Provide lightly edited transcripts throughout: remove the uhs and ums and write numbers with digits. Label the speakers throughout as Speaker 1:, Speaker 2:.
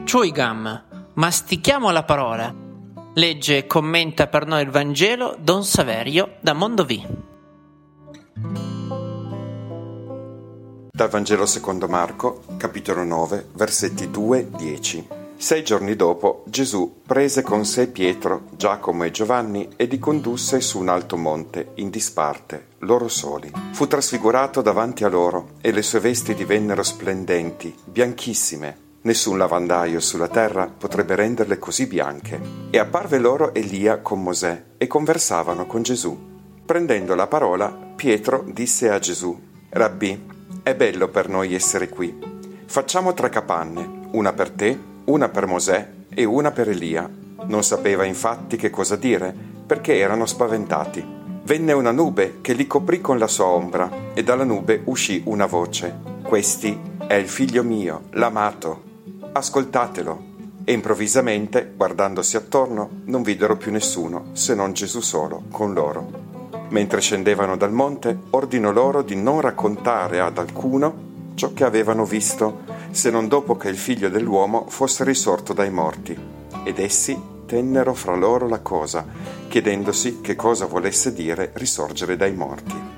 Speaker 1: Chuigam, mastichiamo la parola. Legge e commenta per noi il Vangelo Don Saverio da Mondovì.
Speaker 2: Dal Vangelo secondo Marco, capitolo 9, versetti 2-10. 6 giorni dopo, Gesù prese con sé Pietro, Giacomo e Giovanni e li condusse su un alto monte, in disparte, loro soli. Fu trasfigurato davanti a loro e le sue vesti divennero splendenti, bianchissime. Nessun lavandaio sulla terra potrebbe renderle così bianche. E apparve loro Elia con Mosè e conversavano con Gesù. Prendendo la parola, Pietro disse a Gesù: «Rabbì, è bello per noi essere qui. Facciamo 3 capanne, una per te, una per Mosè e una per Elia». Non sapeva infatti che cosa dire, perché erano spaventati. Venne una nube che li coprì con la sua ombra, e dalla nube uscì una voce: «Questi è il figlio mio, l'amato. Ascoltatelo». E improvvisamente, guardandosi attorno, non videro più nessuno, se non Gesù solo, con loro. Mentre scendevano dal monte, ordinò loro di non raccontare ad alcuno ciò che avevano visto, se non dopo che il figlio dell'uomo fosse risorto dai morti. Ed essi tennero fra loro la cosa, chiedendosi che cosa volesse dire risorgere dai morti.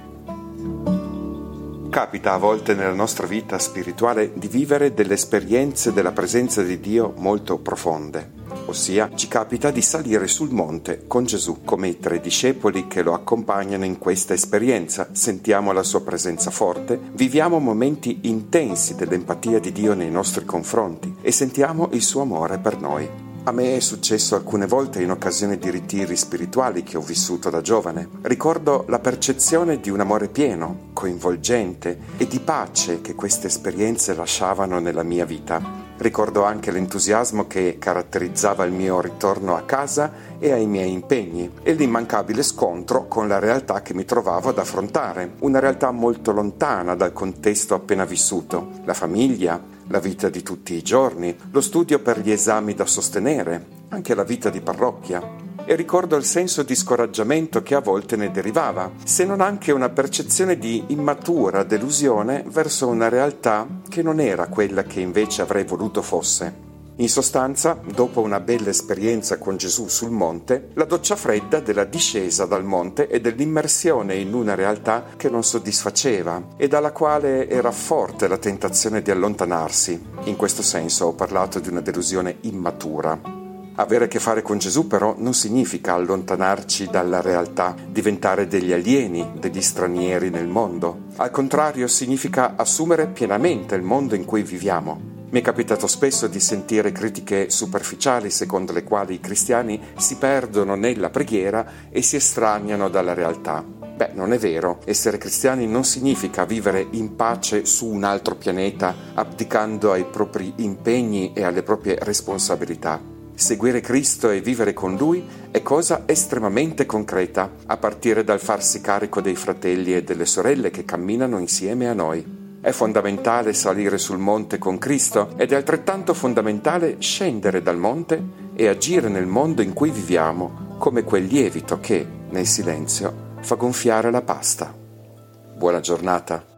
Speaker 2: Capita a volte nella nostra vita spirituale di vivere delle esperienze della presenza di Dio molto profonde. Ossia, ci capita di salire sul monte con Gesù, come i 3 discepoli che lo accompagnano in questa esperienza. Sentiamo la sua presenza forte, viviamo momenti intensi dell'empatia di Dio nei nostri confronti e sentiamo il suo amore per noi. A me è successo alcune volte in occasione di ritiri spirituali che ho vissuto da giovane. Ricordo la percezione di un amore pieno, coinvolgente e di pace che queste esperienze lasciavano nella mia vita. Ricordo anche l'entusiasmo che caratterizzava il mio ritorno a casa e ai miei impegni e l'immancabile scontro con la realtà che mi trovavo ad affrontare, una realtà molto lontana dal contesto appena vissuto, la famiglia, la vita di tutti i giorni, lo studio per gli esami da sostenere, anche la vita di parrocchia. E ricordo il senso di scoraggiamento che a volte ne derivava, se non anche una percezione di immatura delusione verso una realtà che non era quella che invece avrei voluto fosse. In sostanza, dopo una bella esperienza con Gesù sul monte, la doccia fredda della discesa dal monte e dell'immersione in una realtà che non soddisfaceva e dalla quale era forte la tentazione di allontanarsi. In questo senso ho parlato di una delusione immatura. Avere a che fare con Gesù però non significa allontanarci dalla realtà, diventare degli alieni, degli stranieri nel mondo. Al contrario, significa assumere pienamente il mondo in cui viviamo. Mi è capitato spesso di sentire critiche superficiali secondo le quali i cristiani si perdono nella preghiera e si estraniano dalla realtà. Beh, non è vero. Essere cristiani non significa vivere in pace su un altro pianeta, abdicando ai propri impegni e alle proprie responsabilità. Seguire Cristo e vivere con Lui è cosa estremamente concreta, a partire dal farsi carico dei fratelli e delle sorelle che camminano insieme a noi. È fondamentale salire sul monte con Cristo ed è altrettanto fondamentale scendere dal monte e agire nel mondo in cui viviamo come quel lievito che, nel silenzio, fa gonfiare la pasta. Buona giornata.